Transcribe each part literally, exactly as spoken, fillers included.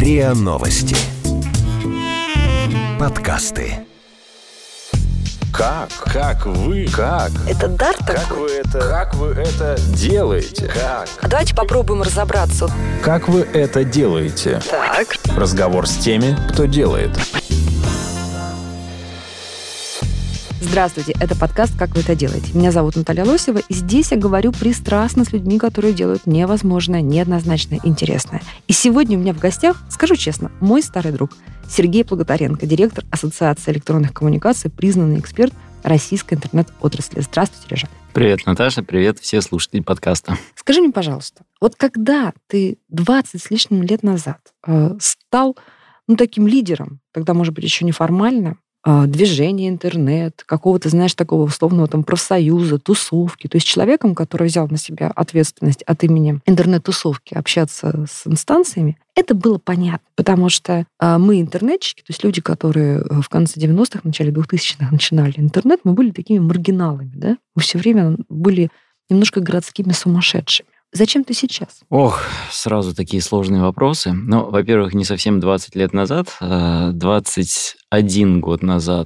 РИА Новости. Подкасты. Как? Как вы? Как? Это дар такой? Как вы это, как вы это делаете? Как? А давайте попробуем разобраться. Как вы это делаете? Так. Разговор с теми, кто делает. Здравствуйте, это подкаст «Как вы это делаете?». Меня зовут Наталья Лосева, и здесь я говорю пристрастно с людьми, которые делают невозможное, неоднозначное, интересное. И сегодня у меня в гостях, скажу честно, мой старый друг Сергей Плуготаренко, директор Ассоциации электронных коммуникаций, признанный эксперт российской интернет-отрасли. Здравствуйте, Лежа. Привет, Наташа, привет все слушатели подкаста. Скажи мне, пожалуйста, вот когда ты двадцать с лишним лет назад э, стал ну, таким лидером, тогда, может быть, еще неформально, движение, интернет, какого-то, знаешь, такого условного там профсоюза, тусовки. То есть человеком, который взял на себя ответственность от имени интернет-тусовки общаться с инстанциями, это было понятно, потому что мы интернетчики, то есть люди, которые в конце девяностых, начале двухтысячных начинали интернет, мы были такими маргиналами, да? Мы все время были немножко городскими сумасшедшими. Зачем ты сейчас? Ох, сразу такие сложные вопросы. Ну, во-первых, не совсем двадцать лет назад, двадцать один год назад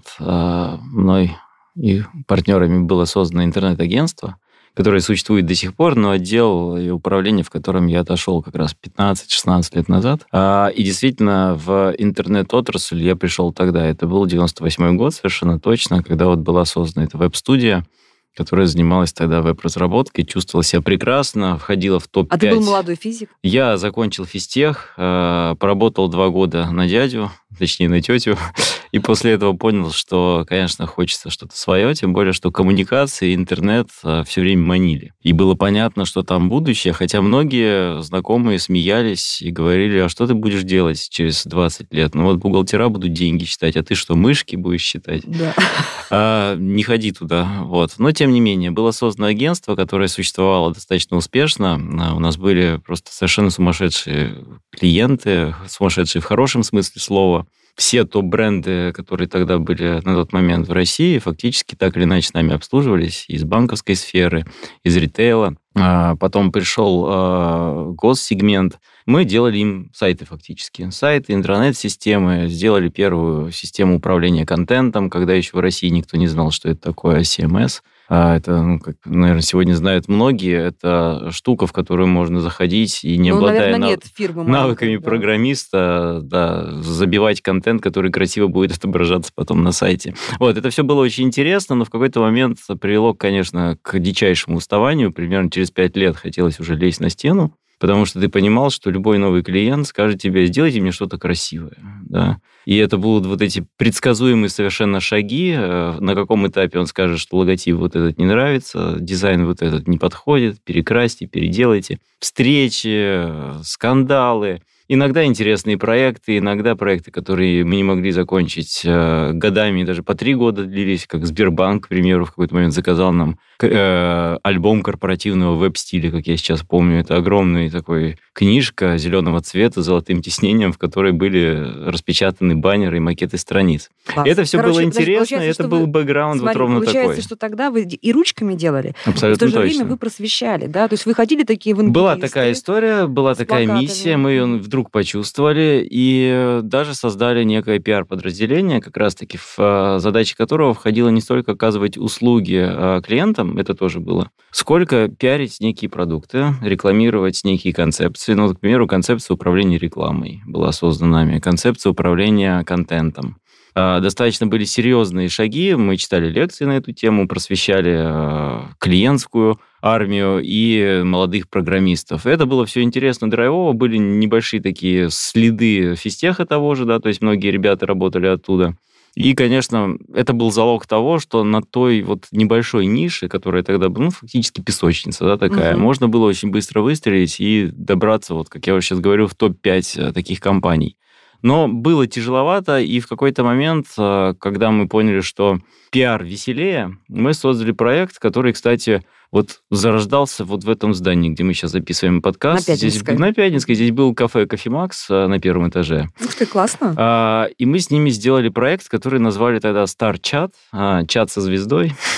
мной и партнерами было создано интернет-агентство, которое существует до сих пор, но отдел и управление, в котором я отошел как раз пятнадцать-шестнадцать лет назад. И действительно, в интернет-отрасль я пришел тогда. Это был девяносто восьмой год, совершенно точно, когда вот была создана эта веб-студия, которая занималась тогда веб-разработкой, чувствовала себя прекрасно, входила в топ пять. А ты был молодой физик? Я закончил физтех, поработал два года на дядю, точнее, на тетю, и после этого понял, что, конечно, хочется что-то свое, тем более, что коммуникации, интернет все время манили. И было понятно, что там будущее, хотя многие знакомые смеялись и говорили, а что ты будешь делать через двадцать лет? Ну вот бухгалтера будут деньги считать, а ты что, мышки будешь считать? Да. А, не ходи туда. Вот. Но, тем не менее, было создано агентство, которое существовало достаточно успешно. У нас были просто совершенно сумасшедшие клиенты, сумасшедшие в хорошем смысле слова. Все топ-бренды, которые тогда были на тот момент в России, фактически так или иначе нами обслуживались из банковской сферы, из ритейла. Потом пришел госсегмент. Мы делали им сайты фактически. Сайты, интранет-системы. Сделали первую систему управления контентом, когда еще в России никто не знал, что это такое си эм эс. Это, ну, как, наверное, сегодня знают многие. Это штука, в которую можно заходить и, не ну, обладая наверное, нав... нет фирмы навыками да. программиста, да, забивать контент, который красиво будет отображаться потом на сайте. Вот, это все было очень интересно, но в какой-то момент привело, конечно, к дичайшему уставанию. Примерно через пять лет хотелось уже лезть на стену, потому что ты понимал, что любой новый клиент скажет тебе, сделайте мне что-то красивое. Да? И это будут вот эти предсказуемые совершенно шаги. На каком этапе он скажет, что логотип вот этот не нравится, дизайн вот этот не подходит, перекрасьте, переделайте. Встречи, скандалы. Иногда интересные проекты, иногда проекты, которые мы не могли закончить годами, даже по три года длились, как Сбербанк, к примеру, в какой-то момент заказал нам э, альбом корпоративного веб-стиля, как я сейчас помню. Это огромная такой книжка зеленого цвета с золотым тиснением, в которой были распечатаны баннеры и макеты страниц. Класс. Это все Короче, было значит, интересно, и это был вы... бэкграунд Смотри, вот ровно получается, такой. Получается, что тогда вы и ручками делали, абсолютно и в то же точно. время вы просвещали, да? То есть вы ходили такие евангелисты. Была такая история, была такая плакатами. миссия, мы ее вдруг почувствовали, и даже создали некое пиар-подразделение, как раз-таки в задачи которого входило не столько оказывать услуги клиентам, это тоже было, сколько пиарить некие продукты, рекламировать некие концепции. Ну, к примеру, концепция управления рекламой была создана нами, концепция управления контентом. Достаточно были серьезные шаги, мы читали лекции на эту тему, просвещали клиентскую армию и молодых программистов. Это было все интересно, драйвово, были небольшие такие следы физтеха того же, да, то есть многие ребята работали оттуда. И, конечно, это был залог того, что на той вот небольшой нише, которая тогда была, ну, фактически песочница, да, такая, угу. можно было очень быстро выстрелить и добраться, вот, как я вот сейчас говорю, в топ пять таких компаний. Но было тяжеловато, и в какой-то момент, когда мы поняли, что пиар веселее, мы создали проект, который, кстати, вот зарождался вот в этом здании, где мы сейчас записываем подкаст. На Пятницкой. Здесь, на Пятницкой. Здесь был кафе «Кофемакс» на первом этаже. Ух ты, классно. А, и мы с ними сделали проект, который назвали тогда «Star Chat», а, чат со звездой.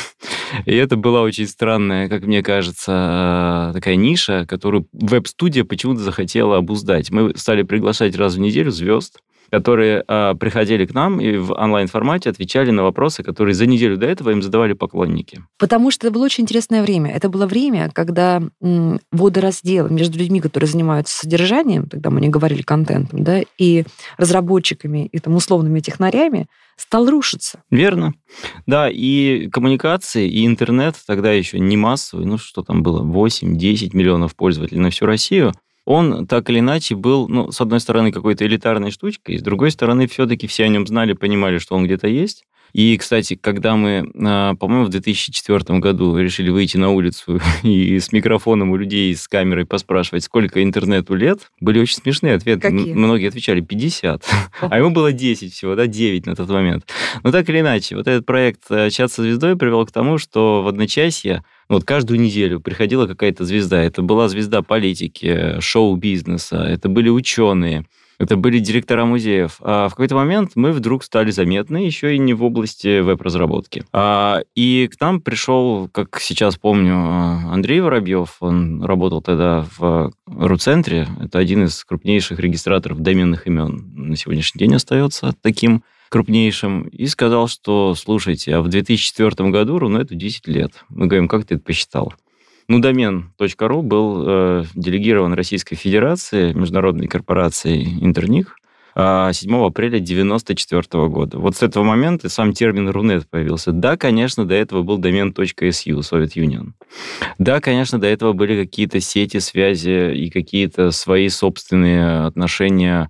И это была очень странная, как мне кажется, такая ниша, которую веб-студия почему-то захотела обуздать. Мы стали приглашать раз в неделю звезд, которые а, приходили к нам и в онлайн-формате отвечали на вопросы, которые за неделю до этого им задавали поклонники. Потому что это было очень интересное время. Это было время, когда м, водораздел между людьми, которые занимаются содержанием, тогда мы не говорили контентом, да, и разработчиками, и там условными технарями, стал рушиться. Верно. Да, и коммуникации, и интернет тогда еще не массовый, ну что там было, восемь-десять миллионов пользователей на всю Россию, он так или иначе был, ну, с одной стороны, какой-то элитарной штучкой, с другой стороны, все-таки все о нем знали, понимали, что он где-то есть. И, кстати, когда мы, по-моему, в две тысячи четвёртом году решили выйти на улицу и с микрофоном у людей, с камерой поспрашивать, сколько интернету лет, были очень смешные ответы. Какие? Многие отвечали пятьдесят, а ему было десять всего, да, девять на тот момент. Но так или иначе, вот этот проект «Чат со звездой» привел к тому, что в одночасье вот каждую неделю приходила какая-то звезда. Это была звезда политики, шоу-бизнеса, это были ученые, это были директора музеев. А в какой-то момент мы вдруг стали заметны еще и не в области веб-разработки. А, и к нам пришел, как сейчас помню, Андрей Воробьев. Он работал тогда в РУ-центре. Это один из крупнейших регистраторов доменных имен. На сегодняшний день остается таким крупнейшим, и сказал, что, слушайте, а в две тысячи четвёртом году Рунету десять лет. Мы говорим, как ты это посчитал? Ну, домен точка ру был э, делегирован Российской Федерации, международной корпорацией Интерник, э, седьмого апреля девяносто четвёртого года. Вот с этого момента сам термин Рунет появился. Да, конечно, до этого был домен .su, Soviet Union. Да, конечно, до этого были какие-то сети, связи и какие-то свои собственные отношения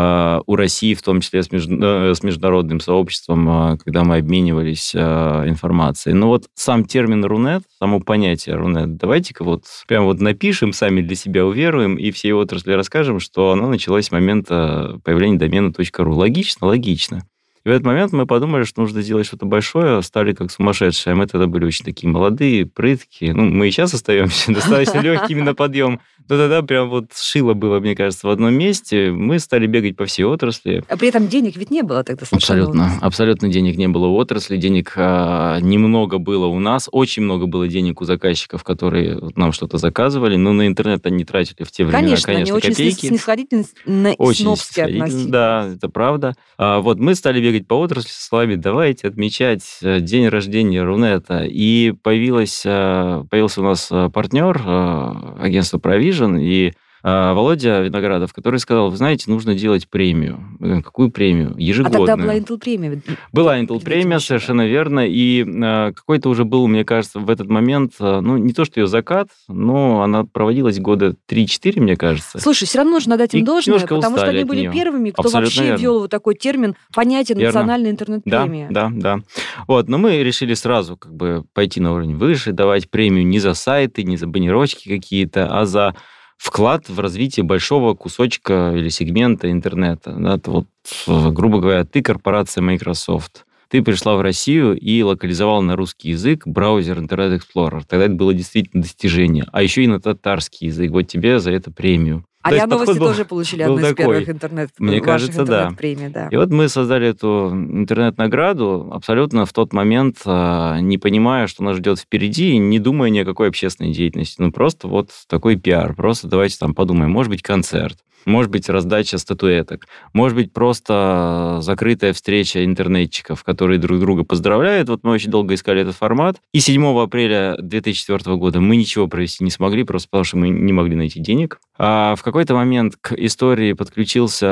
у России, в том числе с, между, с международным сообществом, когда мы обменивались информацией. Но вот сам термин Рунет, само понятие Рунет, давайте-ка вот прям вот напишем, сами для себя уверуем и всей отрасли расскажем, что оно началось с момента появления домена .ру. Логично? Логично. И в этот момент мы подумали, что нужно сделать что-то большое, стали как сумасшедшие. А мы тогда были очень такие молодые, прыткие. Ну, мы и сейчас остаемся достаточно легкими на подъем. Но тогда прям вот шило было, мне кажется, в одном месте. Мы стали бегать по всей отрасли. А при этом денег ведь не было тогда. Абсолютно. Абсолютно денег не было у отрасли. Денег а, немного было у нас. Очень много было денег у заказчиков, которые нам что-то заказывали. Но на интернет они тратили в те времена, конечно, конечно они копейки. Очень снисходительно и очень снобски относились. Да, это правда. А, вот мы стали бегать по отрасли со словами «давайте отмечать день рождения Рунета». И появилась, появился у нас партнер, агентство Provision, и Володя Виноградов, который сказал, вы знаете, нужно делать премию. Какую премию? Ежегодную. А тогда была Intel премия. Была Intel премия, совершенно верно. И какой-то уже был, мне кажется, в этот момент, ну, не то, что ее закат, но она проводилась года три-четыре, мне кажется. Слушай, все равно нужно дать им должное, потому что они были нее. первыми, кто Абсолютно вообще верно. ввел вот такой термин, понятие Верно. национальная интернет-премия. Да, да, да. Вот, но мы решили сразу как бы пойти на уровень выше, давать премию не за сайты, не за баннерочки какие-то, а за вклад в развитие большого кусочка или сегмента интернета. Да, вот, грубо говоря, ты корпорация Microsoft. Ты пришла в Россию и локализовала на русский язык браузер Internet Explorer. Тогда это было действительно достижение. А еще и на татарский язык. Вот тебе за это премию. А РИА Новости был, тоже получили одну из такой. первых интернет, Мне кажется, интернет-премий. Да. И вот мы создали эту интернет-награду абсолютно в тот момент, не понимая, что нас ждет впереди, и не думая ни о какой общественной деятельности. Ну, просто вот такой пиар. Просто давайте там подумаем. Может быть, концерт. Может быть, раздача статуэток. Может быть, просто закрытая встреча интернетчиков, которые друг друга поздравляют. Вот мы очень долго искали этот формат. И седьмого апреля две тысячи четвёртого года мы ничего провести не смогли, просто потому что мы не могли найти денег. А в какой-то момент к истории подключился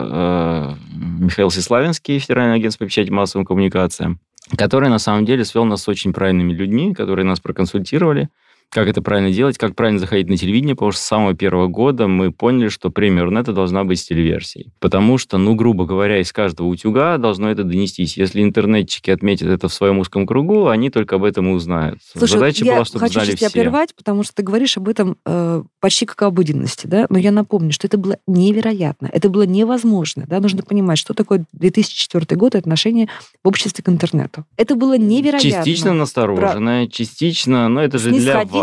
э, Михаил Сеславинский, Федеральное агентство по печати и массовым коммуникациям, который на самом деле свел нас с очень правильными людьми, которые нас проконсультировали, как это правильно делать, как правильно заходить на телевидение, потому что с самого первого года мы поняли, что премия Рунета должна быть с телеверсией. Потому что, ну, грубо говоря, из каждого утюга должно это донестись. Если интернетчики отметят это в своем узком кругу, они только об этом и узнают. Слушай, задача я была, чтобы хочу знали сейчас тебя все. прервать, потому что ты говоришь об этом э, почти как о обыденности, да? Но я напомню, что это было невероятно, это было невозможно, да? Нужно понимать, что такое две тысячи четвёртый год и отношение в обществе к интернету. Это было невероятно. Частично настороженное, Про... частично, но это же для вас.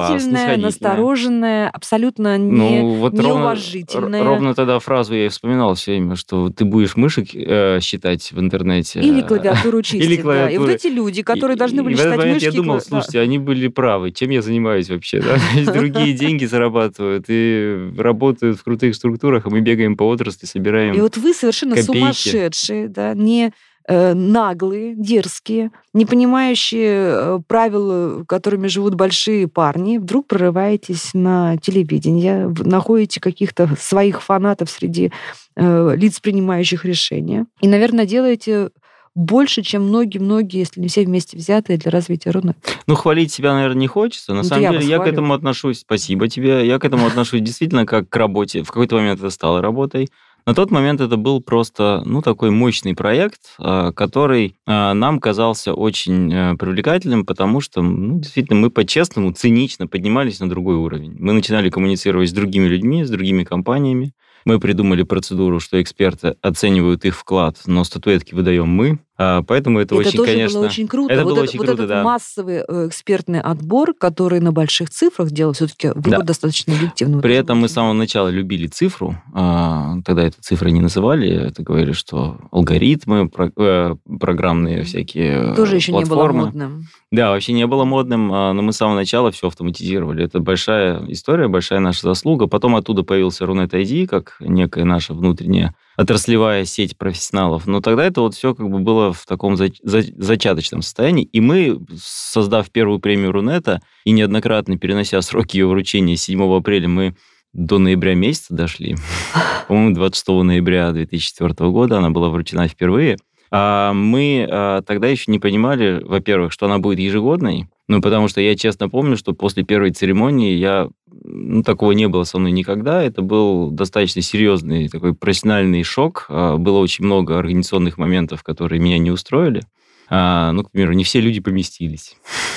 подозрительная, настороженная, абсолютно не, ну, вот неуважительная. Ровно, ровно тогда фразу я и вспоминал все время, что ты будешь мышек э, считать в интернете. Или клавиатуру чистить, Или да. клавиатуру. И вот эти люди, которые и, должны были и считать в этот момент мышки... я думал, да. слушайте, они были правы, чем я занимаюсь вообще, да? Другие деньги зарабатывают и работают в крутых структурах, а мы бегаем по отрасли, собираем И вот вы совершенно копейки. сумасшедшие, да, не э, наглые, дерзкие, не понимающие э, правил, которыми живут большие парни, вдруг прорываетесь на телевидение, в- находите каких-то своих фанатов среди э, лиц, принимающих решения. И, наверное, делаете больше, чем многие-многие, если не все вместе взятые, для развития Рунета. Ну, хвалить себя, наверное, не хочется. На Ну, самом я деле, вас я к хвалю. этому отношусь... Спасибо тебе. Я к этому отношусь действительно как к работе. В какой-то момент это стало работой. На тот момент это был просто, ну, такой мощный проект, а, который а, нам казался очень а, привлекательным, потому что, ну, действительно, мы по-честному, цинично поднимались на другой уровень. Мы начинали коммуницировать с другими людьми, с другими компаниями. Мы придумали процедуру, что эксперты оценивают их вклад, но статуэтки выдаем мы. А, поэтому это, Это очень, тоже конечно... было очень круто. Это вот было это- очень вот круто, этот да. массовый э, экспертный отбор, который на больших цифрах делал, все-таки вы Да. его достаточно объективно. При тоже этом мы с можете. самого начала любили цифру. а, Тогда это цифры не называли. Это говорили, что алгоритмы, про- э, программные всякие Тоже еще не было платформы. модным. Да, вообще не было модным, а, но мы с самого начала все автоматизировали. Это большая история, большая наша заслуга. Потом оттуда появился Рунет ай ди, как некая наша внутренняя отраслевая сеть профессионалов. Но тогда это вот все как бы было в таком за- за- зачаточном состоянии. И мы, создав первую премию Рунета и неоднократно перенося сроки ее вручения с седьмого апреля, мы до ноября месяца дошли. По-моему, двадцать шестого ноября две тысячи четвёртого года она была вручена впервые. А мы а, тогда еще не понимали, во-первых, что она будет ежегодной, ну, потому что я честно помню, что после первой церемонии я, ну, такого не было со мной никогда. Это был достаточно серьезный такой профессиональный шок. А, Было очень много организационных моментов, которые меня не устроили. А, Ну, к примеру, не все люди поместились.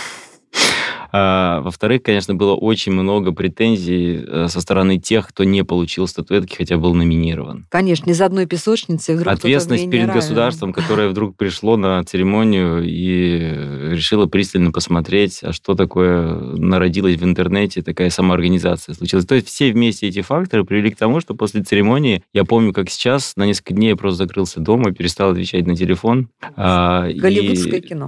А, Во-вторых, конечно, было очень много претензий э, со стороны тех, кто не получил статуэтки, хотя был номинирован. Конечно, из одной песочницы вдруг кто-то Ответственность менее перед равен. государством, которое вдруг пришло на церемонию и решило пристально посмотреть, а что такое народилось в интернете, такая самоорганизация случилась. То есть все вместе эти факторы привели к тому, что после церемонии, я помню, как сейчас, на несколько дней я просто закрылся дома, перестал отвечать на телефон. а, и- Голливудское кино.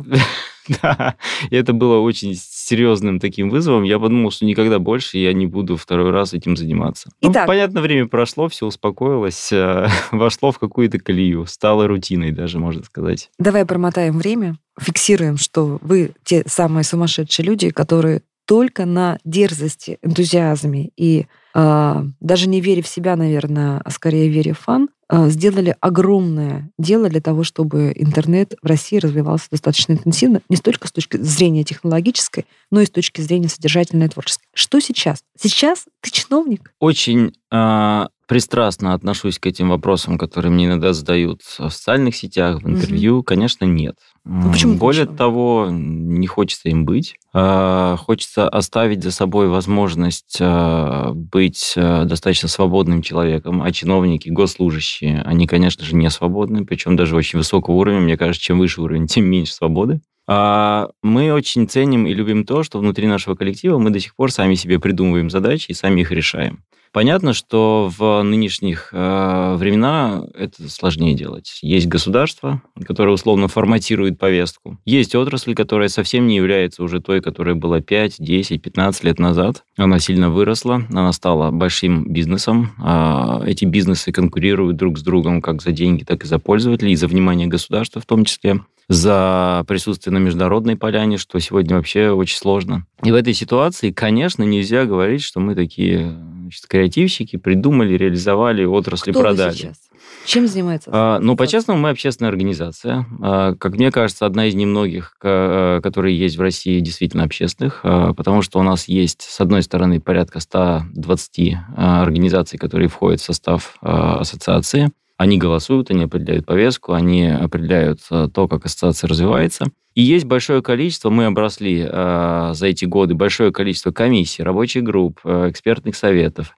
Да, и это было очень серьезным таким вызовом. Я подумал, что никогда больше я не буду второй раз этим заниматься. Ну, Итак. понятно, время прошло, все успокоилось, э, вошло в какую-то колею, стало рутиной даже, можно сказать. Давай промотаем время, фиксируем, что вы те самые сумасшедшие люди, которые только на дерзости, энтузиазме и э, даже не веря в себя, наверное, а скорее веря в фан, э, сделали огромное дело для того, чтобы интернет в России развивался достаточно интенсивно, не столько с точки зрения технологической, но и с точки зрения содержательной и творческой. Что сейчас? Сейчас ты чиновник. Очень э, пристрастно отношусь к этим вопросам, которые мне иногда задают в социальных сетях, в интервью. Конечно, нет. Ну, почему ты Более чиновник? того, не хочется им быть. Э, Хочется оставить за собой возможность э, быть э, достаточно свободным человеком, а чиновники, госслужащие, они, конечно же, не свободны, причем даже очень высокого уровня. Мне кажется, чем выше уровень, тем меньше свободы. А Мы очень ценим и любим то, что внутри нашего коллектива мы до сих пор сами себе придумываем задачи и сами их решаем. Понятно, что в нынешних э, времена это сложнее делать. Есть государство, которое условно форматирует повестку. Есть отрасль, которая совсем не является уже той, которая была пять, десять, пятнадцать лет назад. Она сильно выросла, она стала большим бизнесом. А эти бизнесы конкурируют друг с другом как за деньги, так и за пользователей, и за внимание государства в том числе, за присутствие на международной поляне, что сегодня вообще очень сложно. И в этой ситуации, конечно, нельзя говорить, что мы такие, значит, креативщики, придумали, реализовали, отрасли Кто продали. вы сейчас? Чем занимается? А, ну, по-честному, мы общественная организация. А, как мне кажется, одна из немногих, ка- которые есть в России, действительно общественных, а, потому что у нас есть, с одной стороны, порядка сто двадцать а, организаций, которые входят в состав а, ассоциации. Они голосуют, они определяют повестку, они определяют а, то, как ассоциация развивается. И есть большое количество, мы обросли а, за эти годы большое количество комиссий, рабочих групп, а, экспертных советов,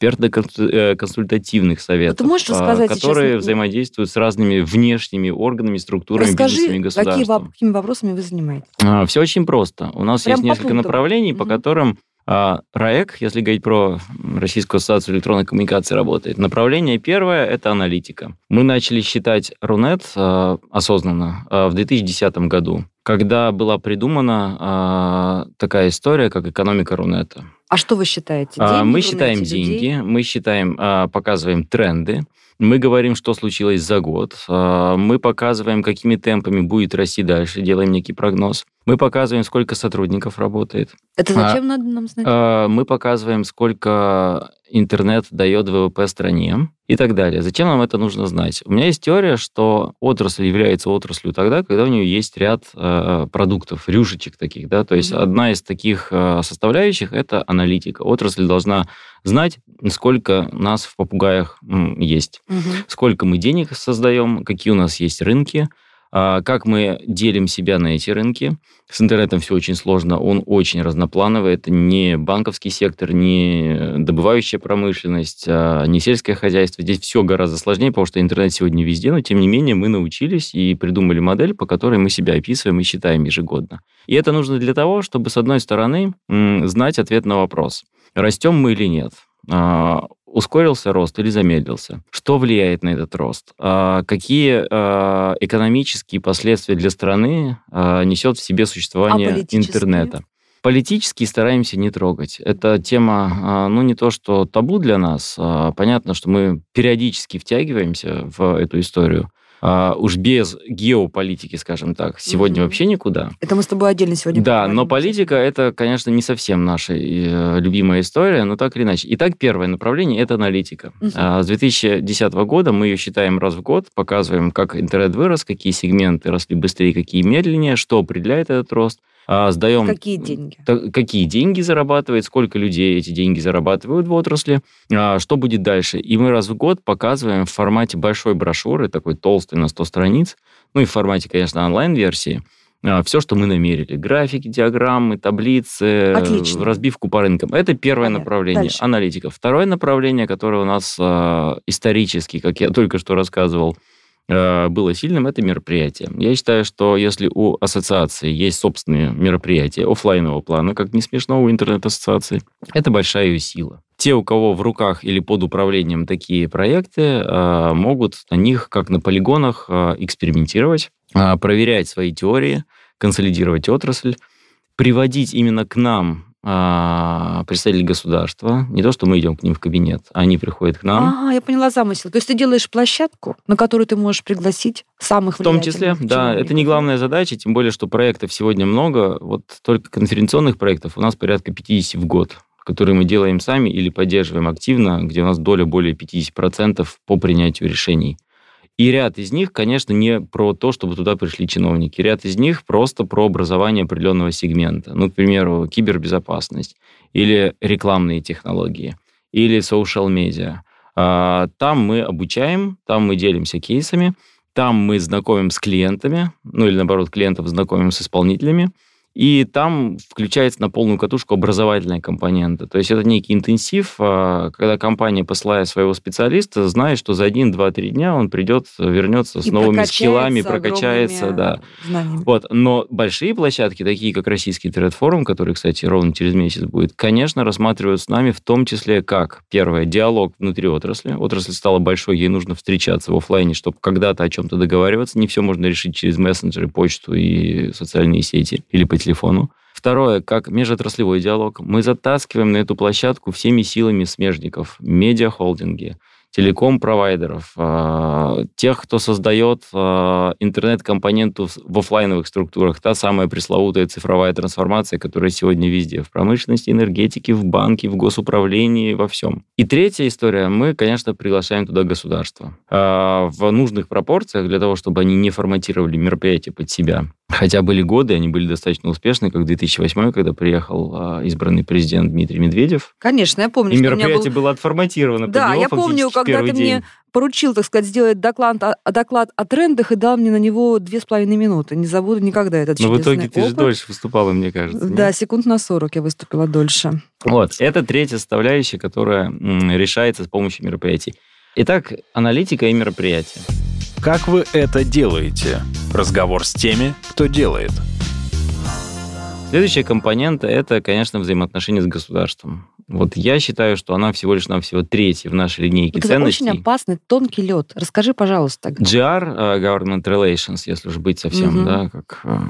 экспертно-консультативных советов, ты можешь рассказать которые сейчас- взаимодействуют с разными внешними органами, структурами, Расскажи, бизнесами и какие, государством. воп- какими вопросами вы занимаетесь? Все очень просто. У нас Прям есть по несколько пунктам. направлений, по Мгм. которым РАЭК, если говорить про Российскую ассоциацию электронной коммуникации, работает. Направление первое – это аналитика. Мы начали считать Рунет осознанно в две тысячи десятом году, когда была придумана такая история, как экономика Рунета. А что вы считаете? Деньги мы в считаем Рунете, деньги, людей? мы считаем, показываем тренды, мы говорим, что случилось за год, мы показываем, какими темпами будет расти дальше, делаем некий прогноз. Мы показываем, сколько сотрудников работает. Это зачем а, надо нам знать? Мы показываем, сколько интернет дает ВВП стране и так далее. Зачем нам это нужно знать? У меня есть теория, что отрасль является отраслью тогда, когда у нее есть ряд продуктов, рюшечек таких, да, то есть mm-hmm. одна из таких составляющих – это аналитика. Отрасль должна знать, сколько нас в попугаях есть, mm-hmm. сколько мы денег создаем, какие у нас есть рынки, как мы делим себя на эти рынки. С интернетом все очень сложно, он очень разноплановый. Это не банковский сектор, не добывающая промышленность, не сельское хозяйство. Здесь все гораздо сложнее, потому что интернет сегодня везде, но тем не менее мы научились и придумали модель, по которой мы себя описываем и считаем ежегодно. И это нужно для того, чтобы, с одной стороны, знать ответ на вопрос, растем мы или нет. Ускорился рост или замедлился? Что влияет на этот рост? Какие экономические последствия для страны несет в себе существование а интернета? Политически стараемся не трогать. Это тема, ну, не то что табу для нас. Понятно, что мы периодически втягиваемся в эту историю. Uh, уж без геополитики, скажем так, сегодня mm-hmm. вообще никуда. Это мы с тобой отдельно сегодня Да, поговорим. Но политика – это, конечно, не совсем наша э, любимая история, но так или иначе. Итак, первое направление – это аналитика. Mm-hmm. Uh, с две тысячи десятого года мы ее считаем раз в год, показываем, как интернет вырос, какие сегменты росли быстрее, какие медленнее, что определяет этот рост. Uh, сдаем, какие деньги? Т- какие деньги зарабатывает, сколько людей эти деньги зарабатывают в отрасли, uh, что будет дальше. И мы раз в год показываем в формате большой брошюры, такой толстой на сто страниц, ну и в формате, конечно, онлайн-версии, uh, все, что мы намерили. Графики, диаграммы, таблицы, Отлично. разбивку по рынкам. Это первое Понятно. направление, Дальше. аналитика. Второе направление, которое у нас uh, исторически, как я только что рассказывал, было сильным, это мероприятие. Я считаю, что если у ассоциации есть собственные мероприятия офлайнового плана, как не смешно у интернет-ассоциации, это большая ее сила. Те, у кого в руках или под управлением такие проекты, могут на них, как на полигонах, экспериментировать, проверять свои теории, консолидировать отрасль, приводить именно к нам представители государства. Не то, что мы идем к ним в кабинет, а они приходят к нам. Ага, я поняла замысел. То есть ты делаешь площадку, на которую ты можешь пригласить самых В том числе, да. Это не главная задача, тем более, что проектов сегодня много. Вот только конференционных проектов у нас порядка пятьдесят в год, которые мы делаем сами или поддерживаем активно, где у нас доля более пятьдесят процентов по принятию решений. И ряд из них, конечно, не про то, чтобы туда пришли чиновники. Ряд из них просто про образование определенного сегмента. Ну, к примеру, кибербезопасность или рекламные технологии, или social-медиа. Там мы обучаем, там мы делимся кейсами, там мы знакомим с клиентами, ну или, наоборот, клиентов знакомим с исполнителями, и там включается на полную катушку образовательная компонента. То есть это некий интенсив, когда компания, посылая своего специалиста, знает, что за один, два, три дня он придет, вернется с и новыми скиллами, прокачается. Да. Вот. Но большие площадки, такие как Российский интернет-форум, который, кстати, ровно через месяц будет, конечно, рассматривают с нами в том числе как, первое, диалог внутри отрасли. Отрасль стала большой, ей нужно встречаться в офлайне, чтобы когда-то о чем-то договариваться. Не все можно решить через мессенджеры, почту и социальные сети или по телефону. Второе, как межотраслевой диалог. Мы затаскиваем на эту площадку всеми силами смежников, медиахолдинги, телеком-провайдеров, тех, кто создает интернет-компоненту в офлайновых структурах, та самая пресловутая цифровая трансформация, которая сегодня везде, в промышленности, энергетике, в банке, в госуправлении, во всем. И третья история, мы, конечно, приглашаем туда государство в нужных пропорциях для того, чтобы они не форматировали мероприятия под себя. Хотя были годы, они были достаточно успешны, как две тысячи восьмой, когда приехал избранный президент Дмитрий Медведев. Конечно, я помню. И мероприятие был... было отформатировано да, под него я помню, когда ты день. мне поручил, так сказать, сделать доклад, доклад о трендах и дал мне на него две с половиной минуты. Не забуду никогда этот чудесный опыт. Но в итоге ты же дольше выступала, мне кажется. Да, нет? секунд на сорок я выступила дольше. Вот, это третья составляющая, которая решается с помощью мероприятий. Итак, аналитика и мероприятия. Как вы это делаете? Разговор с теми, кто делает. Следующая компонента – это, конечно, взаимоотношения с государством. Вот я считаю, что она всего лишь навсего третья в нашей линейке Это ценностей. очень опасный, тонкий лед. Расскажи, пожалуйста. джи ар, uh, Government Relations, если уж быть совсем, Мгм. да, как uh,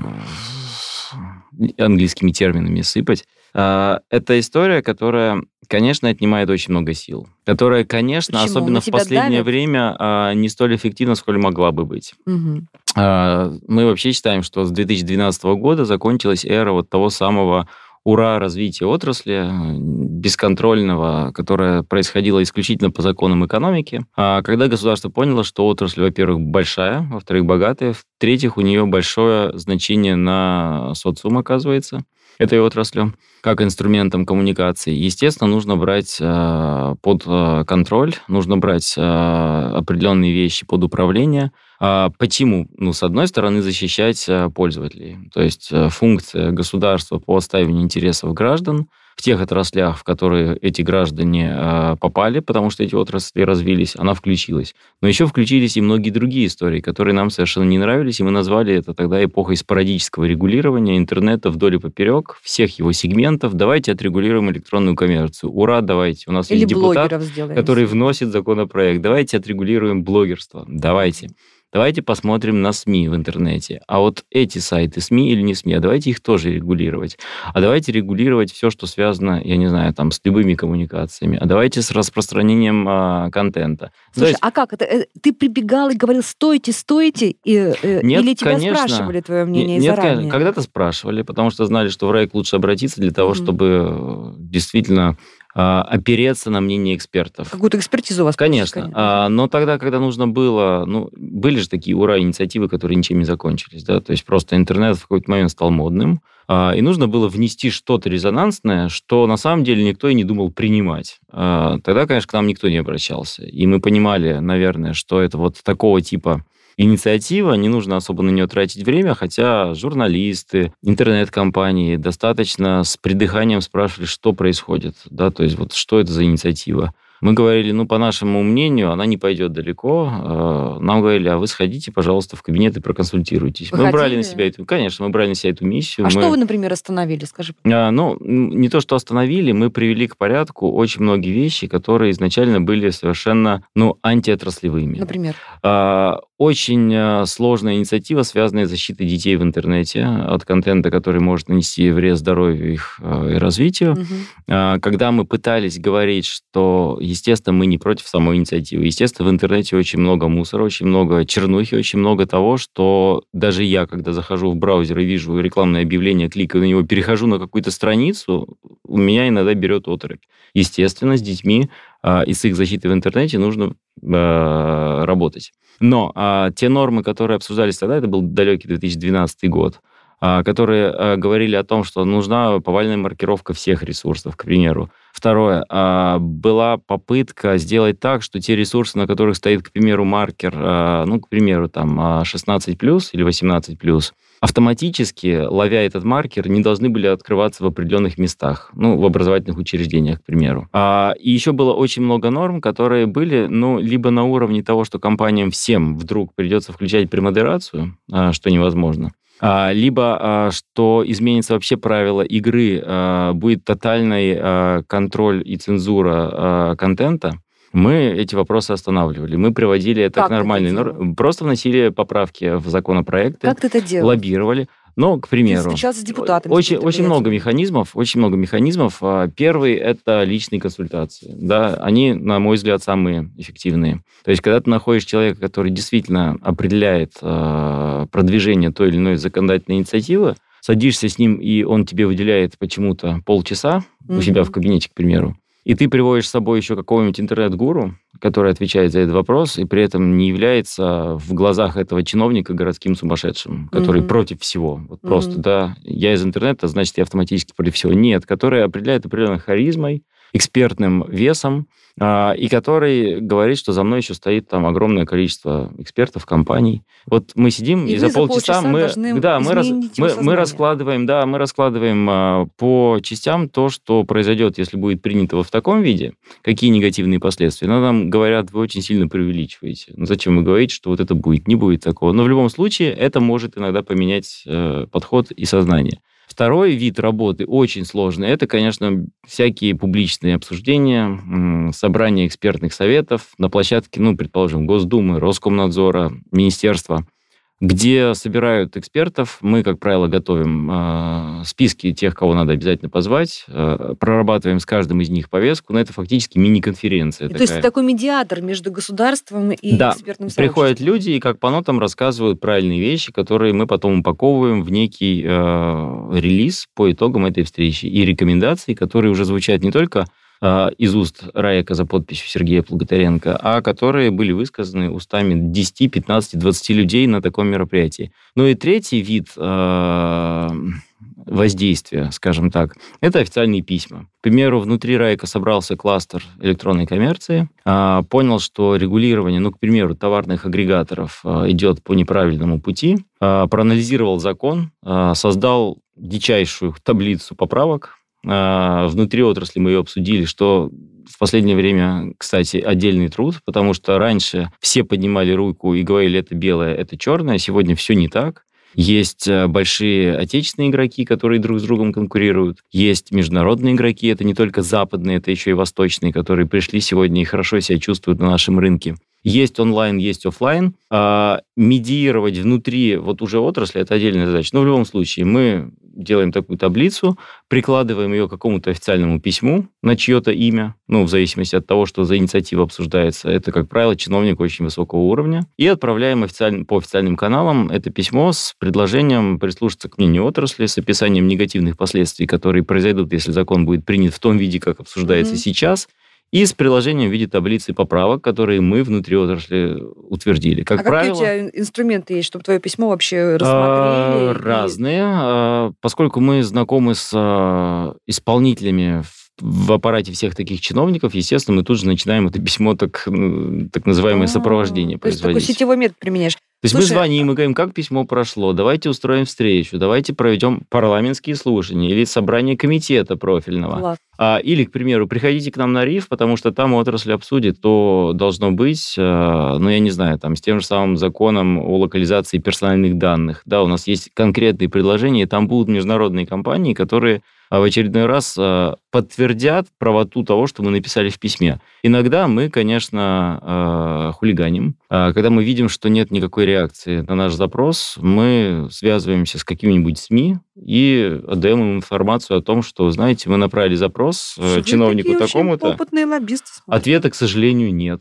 английскими терминами сыпать, uh, это история, которая, конечно, отнимает очень много сил. Которая, конечно, Почему? особенно На в тебя последнее давят? время uh, не столь эффективна, сколь могла бы быть. Мгм. А, Мы вообще считаем, что с две тысячи двенадцатого года закончилась эра вот того самого ура развития отрасли э, бесконтрольного, которое происходило исключительно по законам экономики, а когда государство поняло, что отрасль, во-первых, большая, во-вторых, богатая, в-третьих, у нее большое значение на социум, оказывается, этой отраслью, как инструментом коммуникации. Естественно, нужно брать э, под э, контроль, нужно брать э, определенные вещи под управление. А почему? Ну, с одной стороны, защищать э, пользователей. То есть э, функция государства по отстаиванию интересов граждан в тех отраслях, в которые эти граждане э, попали, потому что эти отрасли развились, она включилась. Но еще включились и многие другие истории, которые нам совершенно не нравились, и мы назвали это тогда эпохой спорадического регулирования интернета вдоль и поперек, всех его сегментов. Давайте отрегулируем электронную коммерцию. Ура, давайте. У нас Или есть депутат, блогеров сделаем. который вносит законопроект. Давайте отрегулируем блогерство. Давайте. Давайте посмотрим на СМИ в интернете. А вот эти сайты, СМИ или не СМИ, а давайте их тоже регулировать. А давайте регулировать все, что связано, я не знаю, там, с любыми коммуникациями. А давайте с распространением а, контента. Слушай, То есть, а как это? Э, Ты прибегал и говорил, стойте, стойте, и, э, Нет, или тебя конечно. спрашивали твое мнение Нет, заранее? конечно, когда-то спрашивали, потому что знали, что в РАИК лучше обратиться для того, Мгм. чтобы э, действительно а, опереться на мнение экспертов. Какую-то экспертизу у вас Конечно. получили? А, но тогда, когда нужно было... Ну, были же такие ура-инициативы, которые ничем не закончились. Да? То есть просто интернет в какой-то момент стал модным, а, и нужно было внести что-то резонансное, что на самом деле никто и не думал принимать. А, тогда, конечно, к нам никто не обращался. И мы понимали, наверное, что это вот такого типа инициатива, не нужно особо на нее тратить время, хотя журналисты, интернет-компании достаточно с придыханием спрашивали, что происходит, да, то есть вот что это за инициатива. Мы говорили, ну, по нашему мнению, она не пойдет далеко. Нам говорили, а вы сходите, пожалуйста, в кабинет и проконсультируйтесь. Вы мы брали ходили? на себя эту, конечно, мы брали на себя эту миссию. А мы... что вы, например, остановили? Скажи. А, ну, не то, что остановили, мы привели к порядку очень многие вещи, которые изначально были совершенно, ну, антиотраслевыми. Например? А, очень а, сложная инициатива, связанная с защитой детей в интернете от контента, который может нанести вред здоровью их а, и развитию. Мгм. А, когда мы пытались говорить, что, естественно, мы не против самой инициативы. Естественно, в интернете очень много мусора, очень много чернухи, очень много того, что даже я, когда захожу в браузер и вижу рекламное объявление, кликаю на него, перехожу на какую-то страницу, у меня иногда берет оторопь. Естественно, с детьми а, и с их защитой в интернете нужно а, работать. Но а, те нормы, которые обсуждались тогда, это был далекий две тысячи двенадцатый год, а, которые а, говорили о том, что нужна повальная маркировка всех ресурсов, к примеру. Второе. А, была попытка сделать так, что те ресурсы, на которых стоит, к примеру, маркер, а, ну, к примеру, там, шестнадцать плюс или восемнадцать плюс, автоматически, ловя этот маркер, не должны были открываться в определенных местах, ну, в образовательных учреждениях, к примеру. А, и еще было очень много норм, которые были, ну, либо на уровне того, что компаниям всем вдруг придется включать премодерацию, а, что невозможно, а, либо а, что изменится вообще правило игры, а, будет тотальный а, контроль и цензура а, контента. Мы эти вопросы останавливали. Мы приводили это Как к нормальной ты это норме. Просто вносили поправки в законопроекты, Как ты это делал? лоббировали. Но, к примеру, Ты встречался с депутатами, очень, с очень много механизмов, очень много механизмов. А, Первый – это личные консультации. Да, они, на мой взгляд, самые эффективные. То есть, когда ты находишь человека, который действительно определяет а, продвижение той или иной законодательной инициативы, садишься с ним, и он тебе выделяет почему-то полчаса Мгм. у себя в кабинете, к примеру, и ты приводишь с собой еще какого-нибудь интернет-гуру, который отвечает за этот вопрос, и при этом не является в глазах этого чиновника городским сумасшедшим, который Мгм. против всего. Вот Мгм. просто, да, я из интернета, значит, я автоматически против всего. Нет, который определяет определенной харизмой, экспертным весом, а, и который говорит, что за мной еще стоит там огромное количество экспертов, компаний. Вот мы сидим, И и, вы за за полчаса полчаса мы, должны да, мы, раз- изменить его мы, мы сознание. раскладываем, да, мы раскладываем а, по частям то, что произойдет, если будет принято вот в таком виде, какие негативные последствия. Но нам говорят, вы очень сильно преувеличиваете. Ну, зачем вы говорите, что вот это будет? Не будет такого. Но в любом случае это может иногда поменять э, подход и сознание. Второй вид работы очень сложный. Это, конечно, всякие публичные обсуждения, собрания экспертных советов на площадке, ну, предположим, Госдумы, Роскомнадзора, Министерства, где собирают экспертов. Мы, как правило, готовим э, списки тех, кого надо обязательно позвать, э, прорабатываем с каждым из них повестку, но это фактически мини-конференция. То есть это такой медиатор между государством и да, экспертным сообществом. Приходят люди и как по нотам рассказывают правильные вещи, которые мы потом упаковываем в некий э, релиз по итогам этой встречи и рекомендации, которые уже звучат не только из уст РАЭКа за подписью Сергея Плуготаренко, а которые были высказаны устами десять, пятнадцать, двадцать людей на таком мероприятии. Ну и третий вид э, воздействия, скажем так, это официальные письма. К примеру, внутри РАЭКа собрался кластер электронной коммерции, э, понял, что регулирование, ну, к примеру, товарных агрегаторов э, идет по неправильному пути, э, проанализировал закон, э, создал дичайшую таблицу поправок. Внутри отрасли мы ее обсудили, что в последнее время, кстати, отдельный труд, потому что раньше все поднимали руку и говорили, это белое, это черное, сегодня все не так. Есть большие отечественные игроки, которые друг с другом конкурируют. Есть международные игроки, это не только западные, это еще и восточные, которые пришли сегодня и хорошо себя чувствуют на нашем рынке. Есть онлайн, есть офлайн. А медиировать внутри вот уже отрасли – это отдельная задача. Но в любом случае мы делаем такую таблицу, прикладываем ее к какому-то официальному письму на чье-то имя, ну, в зависимости от того, что за инициатива обсуждается. Это, как правило, чиновник очень высокого уровня. И отправляем официально, по официальным каналам это письмо с предложением прислушаться к мнению отрасли, с описанием негативных последствий, которые произойдут, если закон будет принят в том виде, как обсуждается mm-hmm. сейчас, и с приложением в виде таблицы поправок, которые мы внутри отрасли утвердили. Как а правило, какие у тебя инструменты есть, чтобы твое письмо вообще рассмотрели? Разные. Поскольку мы знакомы с исполнителями в аппарате всех таких чиновников, естественно, мы тут же начинаем это письмо, так, так называемое А-а-а. сопровождение производить. То есть такой сетевой метод применяешь. То есть Слушай, мы звоним и говорим, как письмо прошло, давайте устроим встречу, давайте проведем парламентские слушания или собрание комитета профильного. А, или, к примеру, приходите к нам на РИФ, потому что там отрасль обсудит, то должно быть, ну, я не знаю, там, с тем же самым законом о локализации персональных данных. Да, у нас есть конкретные предложения, и там будут международные компании, которые в очередной раз подтвердят правоту того, что мы написали в письме. Иногда мы, конечно, хулиганим. Когда мы видим, что нет никакой реакции на наш запрос, мы связываемся с какими-нибудь СМИ и отдаем им информацию о том, что, знаете, мы направили запрос Слушай, чиновнику такому-то. Опытные лоббисты. Ответа, к сожалению, нет.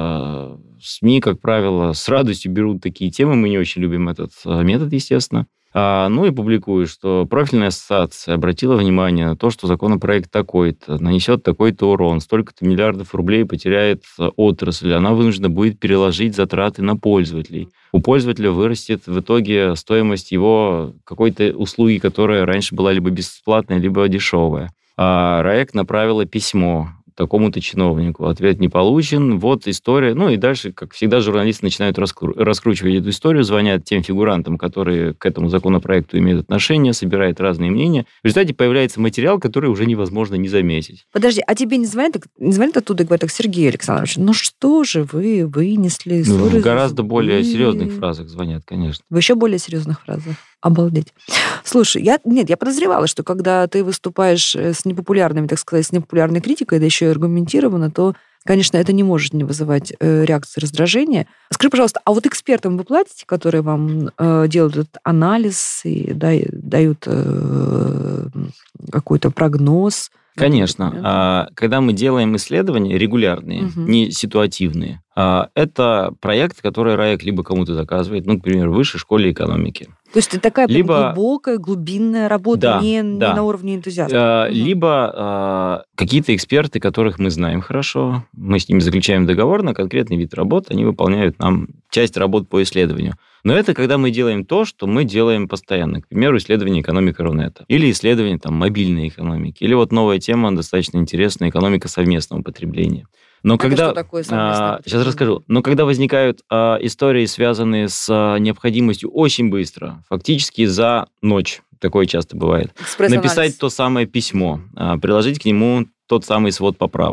СМИ, как правило, с радостью берут такие темы. Мы не очень любим этот метод, естественно. А, ну и публикую, что профильная ассоциация обратила внимание на то, что законопроект такой-то нанесет такой-то урон, столько-то миллиардов рублей потеряет отрасль, она вынуждена будет переложить затраты на пользователей. У пользователя вырастет в итоге стоимость его какой-то услуги, которая раньше была либо бесплатная, либо дешевая. А РАЭК направила письмо такому-то чиновнику. Ответ не получен. Вот история. Ну и дальше, как всегда, журналисты начинают раскру- раскручивать эту историю, звонят тем фигурантам, которые к этому законопроекту имеют отношение, собирают разные мнения. В результате появляется материал, который уже невозможно не заметить. Подожди, а тебе не звонят, не звонят оттуда и говорят, так, Сергей Александрович, ну что же вы вынесли? Ну, в гораздо более серьезных фразах звонят, конечно. В еще более серьезных фразах. Обалдеть. Слушай, я, нет, я подозревала, что когда ты выступаешь с непопулярными, так сказать, с непопулярной критикой, да еще и аргументированно, то, конечно, это не может не вызывать э, реакции раздражения. Скажи, пожалуйста, а вот экспертам вы платите, которые вам э, делают этот анализ и да, дают э, какой-то прогноз? Конечно. А, когда мы делаем исследования регулярные, угу. не ситуативные, а, это проект, который РАЭК либо кому-то заказывает, ну, например, в высшей школе экономики. То есть это такая либо... глубокая, глубинная работа, да, не, да. не на уровне энтузиазма. А, угу. Либо а, какие-то эксперты, которых мы знаем хорошо, мы с ними заключаем договор на конкретный вид работы, они выполняют нам часть работ по исследованию. Но это когда мы делаем то, что мы делаем постоянно. К примеру, исследование экономики Рунета. Или исследование там, мобильной экономики. Или вот новая тема, достаточно интересная, экономика совместного потребления. Но это когда, что такое совместное а, сейчас расскажу. Но когда возникают а, истории, связанные с а, необходимостью очень быстро, фактически за ночь, такое часто бывает, написать то самое письмо, а, приложить к нему тот самый свод поправок,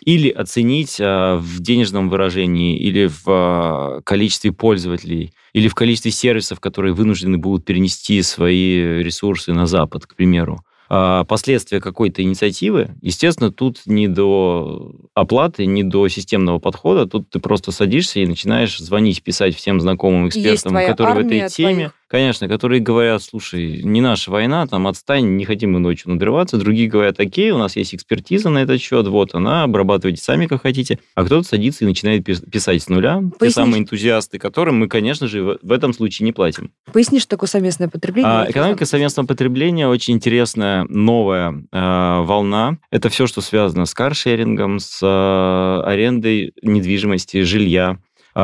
или оценить а, в денежном выражении, или в а, количестве пользователей, или в количестве сервисов, которые вынуждены будут перенести свои ресурсы на Запад, к примеру. Последствия какой-то инициативы, естественно, тут не до оплаты, не до системного подхода, тут ты просто садишься и начинаешь звонить, писать всем знакомым экспертам, которые в этой теме, твоих... конечно, которые говорят, слушай, не наша война, там, отстань, не хотим мы ночью надрываться, другие говорят, окей, у нас есть экспертиза на этот счет, вот она, обрабатывайте сами, как хотите, а кто-то садится и начинает писать с нуля, Поясни... те самые энтузиасты, которым мы, конечно же, в этом случае не платим. Поясни, что такое совместное потребление? А, экономика совместного потребления очень интересная новая э, волна. Это все, что связано с каршерингом, с э, арендой недвижимости, жилья.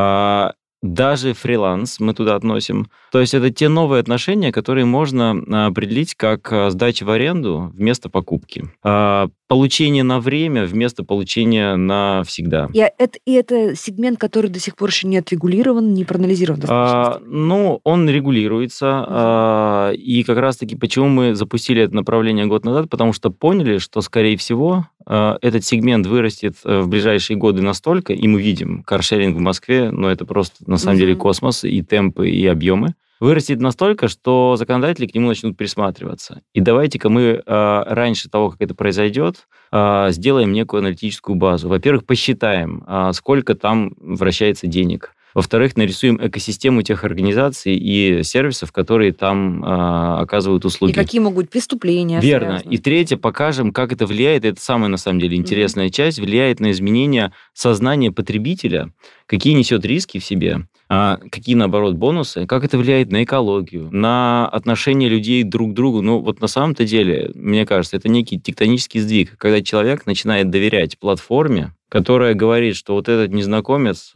Э, даже фриланс мы туда относим. То есть это те новые отношения, которые можно определить как сдача в аренду вместо покупки. Э, получение на время вместо получения навсегда. И это, и это сегмент, который до сих пор еще не отрегулирован, не проанализирован достаточно? А, ну, он регулируется. Mm-hmm. А, и как раз-таки почему мы запустили это направление год назад? Потому что поняли, что, скорее всего, а, этот сегмент вырастет в ближайшие годы настолько, и мы видим каршеринг в Москве, но это просто, на самом mm-hmm. деле, космос, и темпы, и объемы. Вырастет настолько, что законодатели к нему начнут присматриваться. И давайте-ка мы э, раньше того, как это произойдет, э, сделаем некую аналитическую базу. Во-первых, посчитаем, э, сколько там вращается денег. Во-вторых, нарисуем экосистему тех организаций и сервисов, которые там э, оказывают услуги. И какие могут быть преступления. Верно. Связаны. И третье, покажем, как это влияет, это самая, на самом деле, интересная mm-hmm. часть, влияет на изменение сознания потребителя, какие несет риски в себе, а какие, наоборот, бонусы, как это влияет на экологию, на отношения людей друг к другу. Ну, вот на самом-то деле, мне кажется, это некий тектонический сдвиг, когда человек начинает доверять платформе, которая говорит, что вот этот незнакомец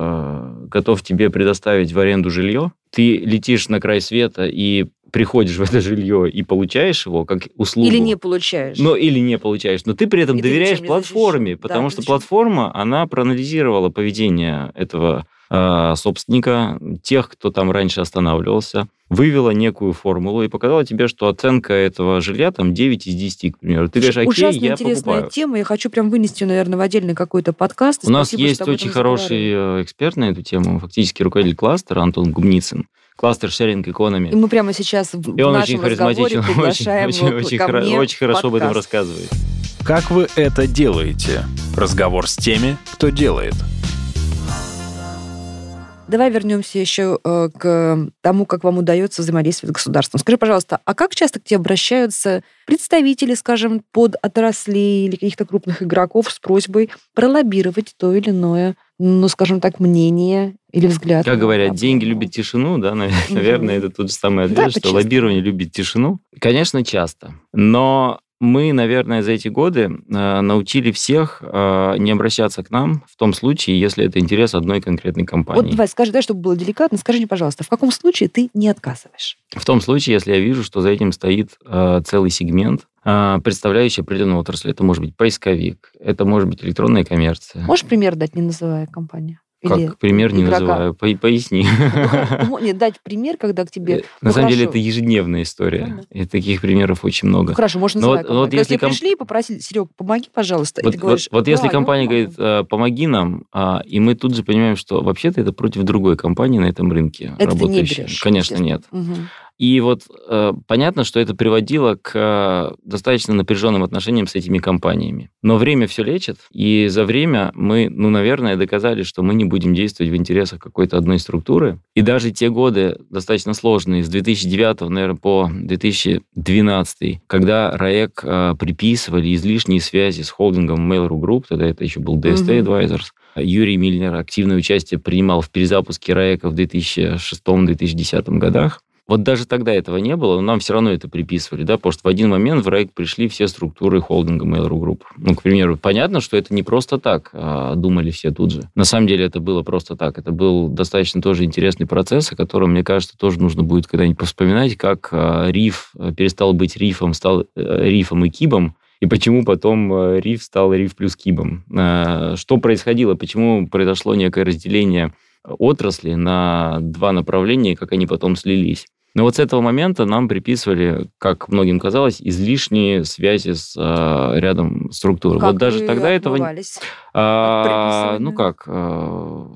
э, готов тебе предоставить в аренду жилье, ты летишь на край света и приходишь в это жилье и получаешь его как услугу. Или не получаешь. Ну, или не получаешь. Но ты при этом и доверяешь платформе, потому да, что платформа, она проанализировала поведение этого э, собственника, тех, кто там раньше останавливался, вывела некую формулу и показала тебе, что оценка этого жилья там девять из десяти, к примеру. Ты говоришь, окей, ужасно я интересная покупаю. тема. Я хочу прям вынести ее, наверное, в отдельный какой-то подкаст. У нас есть очень хороший эксперт на эту тему, фактически руководитель кластера Антон Губницын. Кластер Sharing Economy. И мы прямо сейчас в и он нашем очень харизматичен, приглашаем очень, его очень, ко хоро- мне очень хорошо об этом подкаст. рассказывает. Как вы это делаете? Разговор с теми, кто делает. Давай вернемся еще э, к тому, как вам удается взаимодействовать с государством. Скажи, пожалуйста, а как часто к тебе обращаются представители, скажем, под отраслей или каких-то крупных игроков с просьбой пролоббировать то или иное, ну, скажем так, мнение или взгляд? Как говорят, деньги любят тишину, да, наверное, это тот же самый ответ, что лоббирование любит тишину. Конечно, часто. Но мы, наверное, за эти годы э, научили всех э, не обращаться к нам в том случае, если это интерес одной конкретной компании. Вот давай, скажи, да, чтобы было деликатно, скажи мне, пожалуйста, в каком случае ты не отказываешь? В том случае, если я вижу, что за этим стоит э, целый сегмент, э, представляющий определенную отрасль. Это может быть поисковик, это может быть электронная коммерция. Можешь пример дать, не называя компанию? Как Или пример не игрока? называю? По- Поясни. Ну, нет, дать пример, когда к тебе... На ну, самом деле хорошо. это ежедневная история. Ну, да. И таких примеров очень много. Ну, хорошо, можно Но называть вот- вот компанию. если Если ком- пришли и попросили, Серег, помоги, пожалуйста, и Вот, ты говоришь... вот- вот если «Да, компания я говорит, помогу». э, помоги нам, а, и мы тут же понимаем, что вообще-то это против другой компании на этом рынке Это ты не работающей. берешь, Конечно, нет. Мгм. И вот э, понятно, что это приводило к э, достаточно напряженным отношениям с этими компаниями. Но время все лечит, и за время мы, ну, наверное, доказали, что мы не будем действовать в интересах какой-то одной структуры. И даже те годы достаточно сложные, с две тысячи девятого, наверное, по две тысячи двенадцатый, когда РАЭК э, приписывали излишние связи с холдингом Mail.ru Group, тогда это еще был ди эс ти Мгм. Advisors, Юрий Мильнер активное участие принимал в перезапуске РАЭКа в две тысячи шестом - две тысячи десятом годах. Вот даже тогда этого не было, но нам все равно это приписывали, да, потому что в один момент в РАЭК пришли все структуры холдинга Mail.ru Group. Ну, к примеру, понятно, что это не просто так, а думали все тут же. На самом деле это было просто так. Это был достаточно тоже интересный процесс, о котором, мне кажется, тоже нужно будет когда-нибудь повспоминать, как а, Риф перестал быть Рифом, стал а, Рифом и Кибом, и почему потом а, Риф стал Риф плюс Кибом. А, что происходило, почему произошло некое разделение отрасли на два направления, как они потом слились. Но вот с этого момента нам приписывали, как многим казалось, излишние связи с а, рядом структур. Как вот даже вы тогда этого... отмывались А, от ну приписывания? как... а,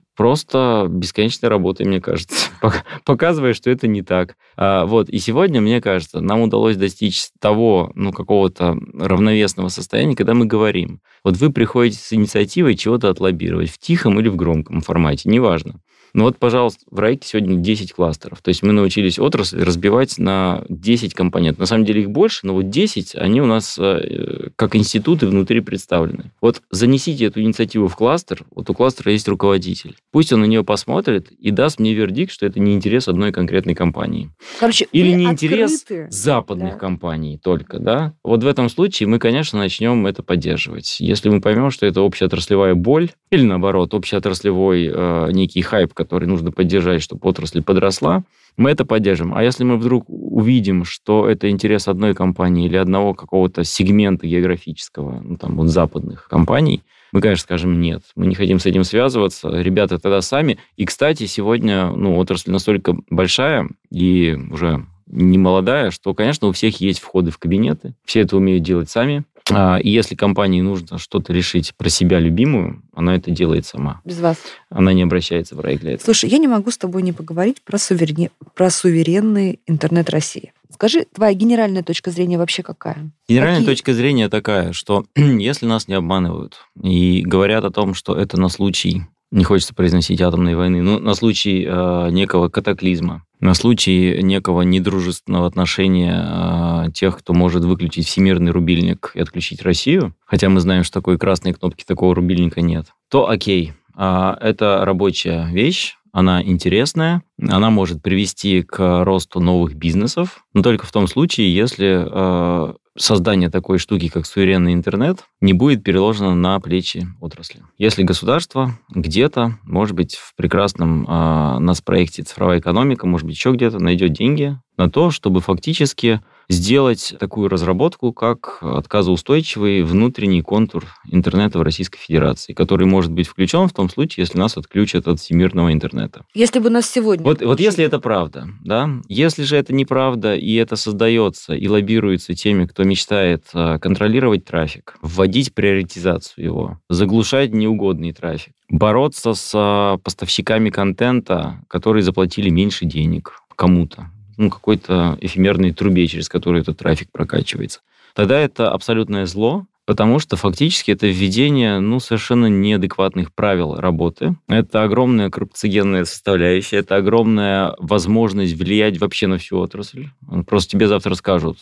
Просто бесконечной работой, мне кажется, пок- показывая, что это не так. А, вот. И сегодня, мне кажется, нам удалось достичь того, ну, какого-то равновесного состояния, когда мы говорим, вот вы приходите с инициативой чего-то отлоббировать в тихом или в громком формате, неважно. Ну вот, пожалуйста, в Райке сегодня десять кластеров. То есть мы научились отрасль разбивать на десять компонентов. На самом деле их больше, но вот десять, они у нас э, как институты внутри представлены. Вот занесите эту инициативу в кластер, вот у кластера есть руководитель. Пусть он на нее посмотрит и даст мне вердикт, что это не интерес одной конкретной компании. Короче, Или вы не интерес открыты. западных Да. компаний только, да? Вот в этом случае мы, конечно, начнем это поддерживать. Если мы поймем, что это общеотраслевая боль, или наоборот, общеотраслевой э, некий хайп, который нужно поддержать, чтобы отрасль подросла, мы это поддержим. А если мы вдруг увидим, что это интерес одной компании или одного какого-то сегмента географического, ну, там, вот западных компаний, мы, конечно, скажем нет. Мы не хотим с этим связываться. Ребята тогда сами. И, кстати, сегодня ну, отрасль настолько большая и уже не молодая, что, конечно, у всех есть входы в кабинеты. Все это умеют делать сами. И если компании нужно что-то решить про себя любимую, она это делает сама. Без вас. Она не обращается в Райк для этого. Слушай, я не могу с тобой не поговорить про, суверен... про суверенный интернет России. Скажи, твоя генеральная точка зрения вообще какая? Генеральная Какие? точка зрения такая, что если нас не обманывают и говорят о том, что это на случай, не хочется произносить атомной войны, но на случай э, некого катаклизма, на случай некого недружественного отношения э, тех, кто может выключить всемирный рубильник и отключить Россию, хотя мы знаем, что такой красной кнопки такого рубильника нет, то окей, э, это рабочая вещь, она интересная, она может привести к росту новых бизнесов, но только в том случае, если э, создание такой штуки, как суверенный интернет, не будет переложено на плечи отрасли. Если государство где-то, может быть, в прекрасном э, нас проекте «Цифровая экономика», может быть, еще где-то найдет деньги на то, чтобы фактически сделать такую разработку, как отказоустойчивый внутренний контур интернета в Российской Федерации, который может быть включен в том случае, если нас отключат от всемирного интернета. Если бы нас сегодня... Вот, вот если это правда, да, если же это неправда, и это создается и лоббируется теми, кто мечтает контролировать трафик, вводить приоритизацию его, заглушать неугодный трафик, бороться с поставщиками контента, которые заплатили меньше денег кому-то, ну, какой-то эфемерной трубе, через которую этот трафик прокачивается, тогда это абсолютное зло, потому что фактически это введение ну, совершенно неадекватных правил работы. Это огромная коррупциогенная составляющая, это огромная возможность влиять вообще на всю отрасль. Просто тебе завтра скажут,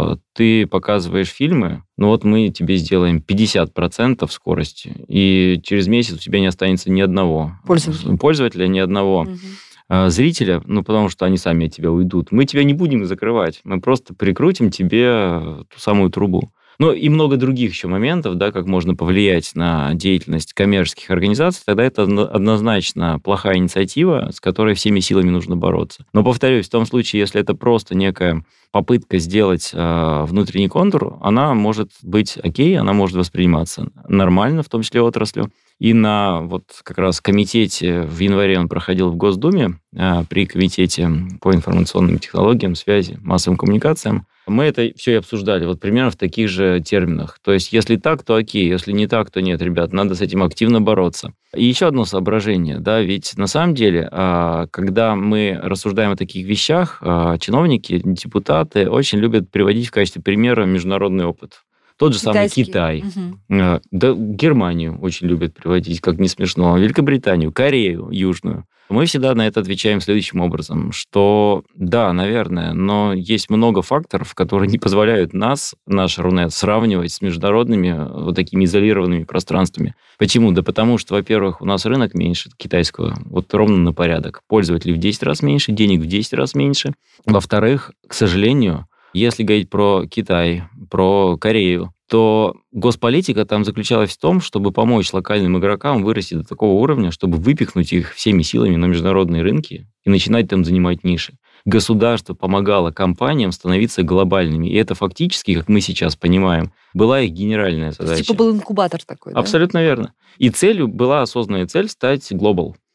ты показываешь фильмы, ну вот мы тебе сделаем пятьдесят процентов скорости, и через месяц у тебя не останется ни одного Пользователя, пользователя ни одного. Угу. Зрителя, ну, потому что они сами от тебя уйдут. Мы тебя не будем закрывать, мы просто прикрутим тебе ту самую трубу. Ну, и много других еще моментов, да, как можно повлиять на деятельность коммерческих организаций, тогда это однозначно плохая инициатива, с которой всеми силами нужно бороться. Но, повторюсь, в том случае, если это просто некая попытка сделать э, внутренний контур, она может быть окей, она может восприниматься нормально, в том числе отраслью. И на вот как раз комитете, в январе он проходил в Госдуме, э, при комитете по информационным технологиям, связи, массовым коммуникациям, мы это все и обсуждали, вот примерно в таких же терминах. То есть, если так, то окей, если не так, то нет, ребят, надо с этим активно бороться. И еще одно соображение, да, ведь на самом деле, когда мы рассуждаем о таких вещах, чиновники, депутаты очень любят приводить в качестве примера международный опыт. Тот же Китайский. Самый Китай, угу. Да, Германию очень любят приводить, как не смешно, Великобританию, Корею Южную. Мы всегда на это отвечаем следующим образом, что да, наверное, но есть много факторов, которые не позволяют нас, наш Рунет, сравнивать с международными вот такими изолированными пространствами. Почему? Да потому что, во-первых, у нас рынок меньше китайского, вот ровно на порядок. Пользователей в десять раз меньше, денег в десять раз меньше. Во-вторых, к сожалению, если говорить про Китай, про Корею, то госполитика там заключалась в том, чтобы помочь локальным игрокам вырасти до такого уровня, чтобы выпихнуть их всеми силами на международные рынки и начинать там занимать ниши. Государство помогало компаниям становиться глобальными. И это фактически, как мы сейчас понимаем, была их генеральная задача. Типа был инкубатор такой, да? Абсолютно верно. И целью была осознанная цель стать глобал.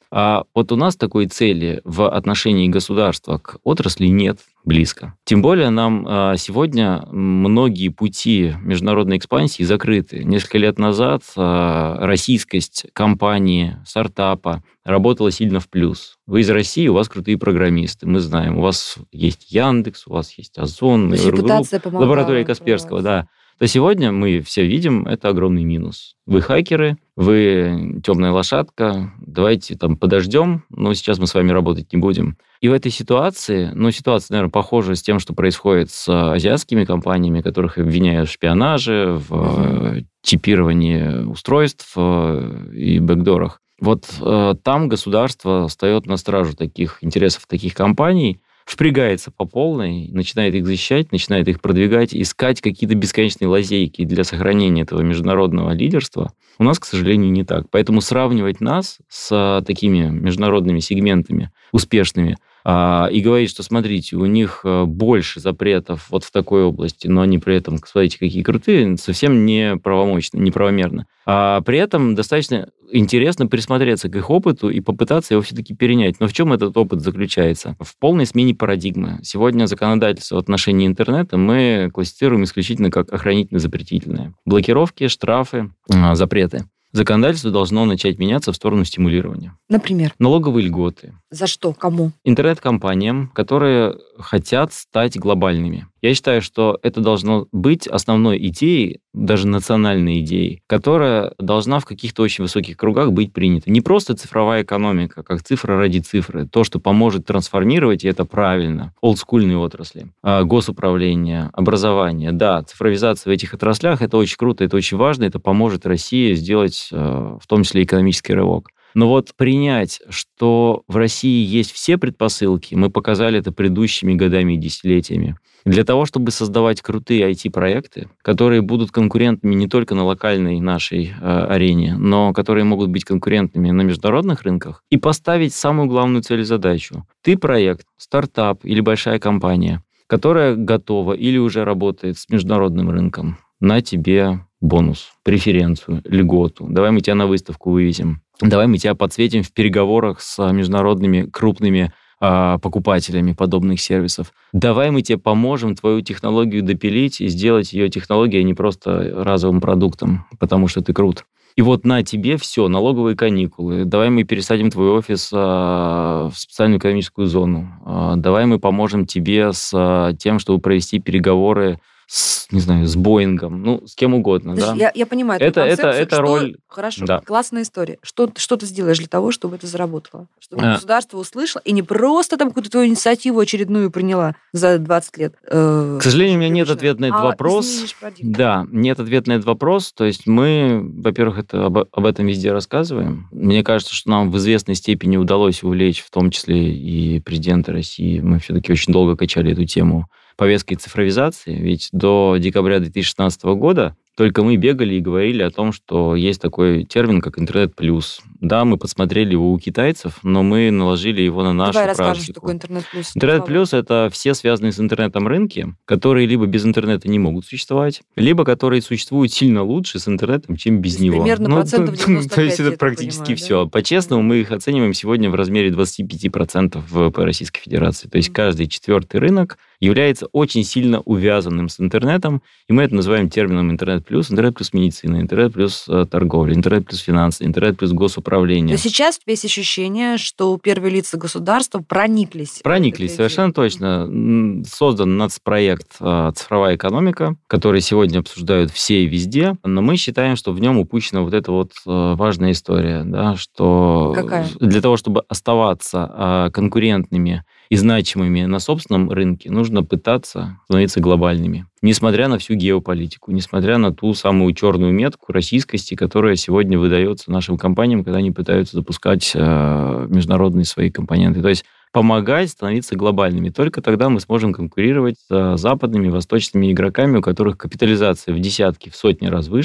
А вот у нас такой цели в отношении государства к отрасли нет близко. Тем более нам сегодня многие пути международной экспансии закрыты. Несколько лет назад российскость компании, стартапа работала сильно в плюс. Вы из России, у вас крутые программисты, мы знаем. У вас есть Яндекс, у вас есть Озон, лаборатория Касперского, да. То сегодня мы все видим, это огромный минус. Вы хакеры, вы темная лошадка, давайте там подождем, но сейчас мы с вами работать не будем. И в этой ситуации, ну, ситуация, наверное, похожа с тем, что происходит с азиатскими компаниями, которых обвиняют в шпионаже, в mm-hmm. чипировании устройств и бэкдорах. Вот э, там государство встает на стражу таких интересов таких компаний, впрягается по полной, начинает их защищать, начинает их продвигать, искать какие-то бесконечные лазейки для сохранения этого международного лидерства. У нас, к сожалению, не так. Поэтому сравнивать нас с такими международными сегментами успешными а, и говорить, что, смотрите, у них больше запретов вот в такой области, но они при этом, смотрите, какие крутые, совсем не правомочно, неправомерно. А при этом достаточно интересно присмотреться к их опыту и попытаться его все-таки перенять. Но в чем этот опыт заключается? В полной смене парадигмы. Сегодня законодательство в отношении интернета мы классифицируем исключительно как охранительно-запретительное. Блокировки, штрафы, запреты. Законодательство должно начать меняться в сторону стимулирования. Например? Налоговые льготы. За что? Кому? Интернет-компаниям, которые хотят стать глобальными. Я считаю, что это должно быть основной идеей, даже национальной идеей, которая должна в каких-то очень высоких кругах быть принята. Не просто цифровая экономика, как цифра ради цифры, то, что поможет трансформировать, и это правильно, олдскульные отрасли, госуправление, образование. Да, цифровизация в этих отраслях, это очень круто, это очень важно, это поможет России сделать в том числе экономический рывок. Но вот принять, что в России есть все предпосылки, мы показали это предыдущими годами и десятилетиями, для того, чтобы создавать крутые ай ти-проекты, которые будут конкурентными не только на локальной нашей э, арене, но которые могут быть конкурентными на международных рынках, и поставить самую главную цель и задачу. Ты проект, стартап или большая компания, которая готова или уже работает с международным рынком, на тебе бонус, преференцию, льготу. Давай мы тебя на выставку вывезем. Давай мы тебя подсветим в переговорах с международными крупными э, покупателями подобных сервисов. Давай мы тебе поможем твою технологию допилить и сделать ее технологией не просто разовым продуктом, потому что ты крут. И вот на тебе все, налоговые каникулы. Давай мы пересадим твой офис э, в специальную экономическую зону. Э, давай мы поможем тебе с э, тем, чтобы провести переговоры с, не знаю, с Боингом, ну, с кем угодно. Подожди, да? я, я понимаю это, эту концепцию. Это, это что... роль... Хорошо, да. Классная история. Что, что ты сделаешь для того, чтобы это заработало? Чтобы а. государство услышало и не просто там какую-то твою инициативу очередную приняла за двадцать лет. Э, К сожалению, у меня нет ответа на этот а, вопрос. Да, нет ответа на этот вопрос. То есть мы, во-первых, это, об, об этом везде рассказываем. Мне кажется, что нам в известной степени удалось увлечь, в том числе и президента России. Мы все-таки очень долго качали эту тему повесткой цифровизации, ведь до декабря две тысячи шестнадцатого года только мы бегали и говорили о том, что есть такой термин, как интернет плюс. Да, мы подсмотрели его у китайцев, но мы наложили его на нашу Давай практику. Давай расскажем, что такое интернет плюс. Интернет плюс – это все связанные с интернетом рынки, которые либо без интернета не могут существовать, либо которые существуют сильно лучше с интернетом, чем без него. Примерно ну, процентов девяносто пять. То есть это практически понимаю, все. Да? По-честному, мы их оцениваем сегодня в размере двадцать пять процентов ВВП Российской Федерации. То есть каждый четвертый рынок является очень сильно увязанным с интернетом, и мы это называем термином интернет плюс, интернет плюс медицина, интернет плюс торговля, интернет плюс финансы, интернет плюс госуправление. Но сейчас у тебя есть ощущение, что первые лица государства прониклись. Прониклись, совершенно точно. Создан нацпроект «Цифровая экономика», который сегодня обсуждают все и везде, но мы считаем, что в нем упущена вот эта вот важная история, да, что Какая? Для того, чтобы оставаться конкурентными и значимыми на собственном рынке, нужно пытаться становиться глобальными. Несмотря на всю геополитику, несмотря на ту самую черную метку российскости, которая сегодня выдается нашим компаниям, когда они пытаются запускать э, международные свои компоненты. То есть помогать становиться глобальными. Только тогда мы сможем конкурировать с западными, восточными игроками, у которых капитализация в десятки, в сотни раз выше,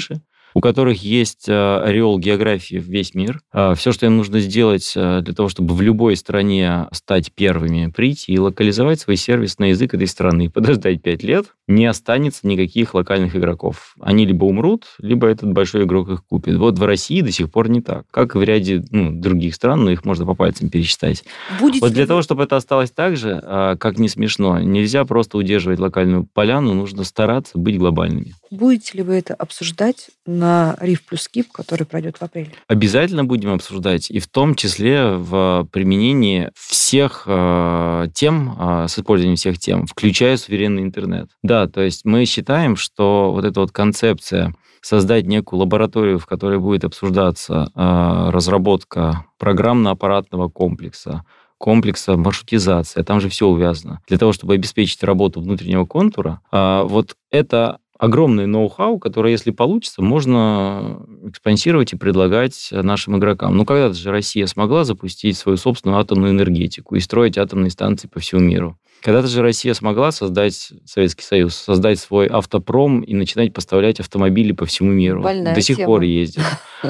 у которых есть ореол географии в весь мир. Все, что им нужно сделать для того, чтобы в любой стране стать первыми, прийти и локализовать свой сервис на язык этой страны, подождать пять лет, не останется никаких локальных игроков. Они либо умрут, либо этот большой игрок их купит. Вот в России до сих пор не так. Как в ряде ну, других стран, но их можно по пальцам пересчитать. Будете вот для вы... того, чтобы это осталось так же, как не смешно, нельзя просто удерживать локальную поляну, нужно стараться быть глобальными. Будете ли вы это обсуждать на Риф плюс Кип, который пройдет в апреле? Обязательно будем обсуждать, и в том числе в применении всех э, тем, э, с использованием всех тем, включая суверенный интернет. Да, то есть мы считаем, что вот эта вот концепция создать некую лабораторию, в которой будет обсуждаться э, разработка программно-аппаратного комплекса, комплекса маршрутизации, там же все увязано. Для того, чтобы обеспечить работу внутреннего контура, э, вот это огромный ноу-хау, который, если получится, можно экспансировать и предлагать нашим игрокам. Ну, когда-то же Россия смогла запустить свою собственную атомную энергетику и строить атомные станции по всему миру. Когда-то же Россия смогла создать, Советский Союз, создать свой автопром и начинать поставлять автомобили по всему миру. Больная До сих тема. пор ездят.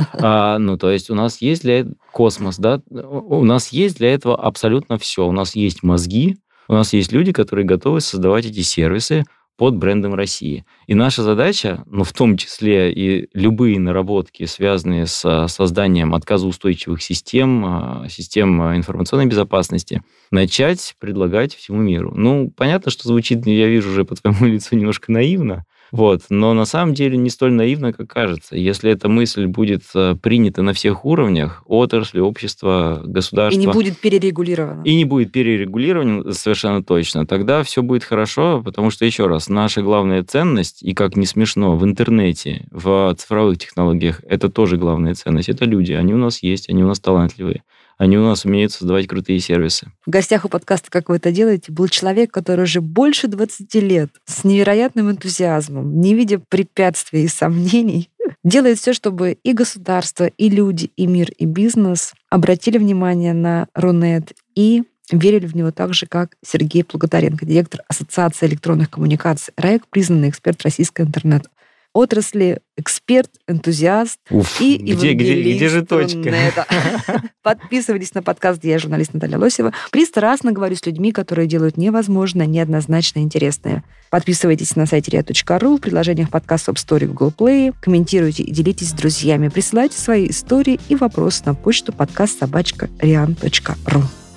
А, ну, то есть у нас есть для этого космос, да? У нас есть для этого абсолютно все. У нас есть мозги, у нас есть люди, которые готовы создавать эти сервисы под брендом России. И наша задача, ну, в том числе и любые наработки, связанные с созданием отказоустойчивых систем, систем информационной безопасности, начать предлагать всему миру. Ну, понятно, что звучит, я вижу уже по твоему лицу, немножко наивно, вот, но на самом деле не столь наивно, как кажется. Если эта мысль будет принята на всех уровнях, отрасли, общества, государства... И не будет перерегулировано. И не будет перерегулировано, совершенно точно. Тогда все будет хорошо, потому что, еще раз, наша главная ценность, и как не смешно, в интернете, в цифровых технологиях, это тоже главная ценность. Это люди, они у нас есть, они у нас талантливые. Они у нас умеют создавать крутые сервисы. В гостях у подкаста «Как вы это делаете» был человек, который уже больше двадцати лет с невероятным энтузиазмом, не видя препятствий и сомнений, делает все, чтобы и государство, и люди, и мир, и бизнес обратили внимание на Рунет и верили в него так же, как Сергей Плуготаренко, директор Ассоциации электронных коммуникаций, РАЭК, признанный эксперт российской интернет отрасли, эксперт, энтузиаст Уф, и где, где, где же точка? Рунета. Подписывайтесь на подкаст, где я журналист Наталья Лосева. Пристрастно говорю с людьми, которые делают невозможное, неоднозначно интересное. Подписывайтесь на сайте риа точка ру, в приложениях подкаст App Store и Google Play. Комментируйте и делитесь с друзьями. Присылайте свои истории и вопросы на почту подкаст собачка риан точка ру.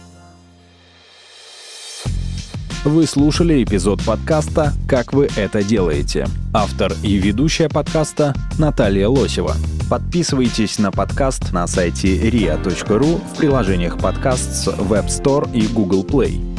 Вы слушали эпизод подкаста «Как вы это делаете». Автор и ведущая подкаста Наталья Лосева. Подписывайтесь на подкаст на сайте риа точка ру, в приложениях подкаст с Web Store и Google Play.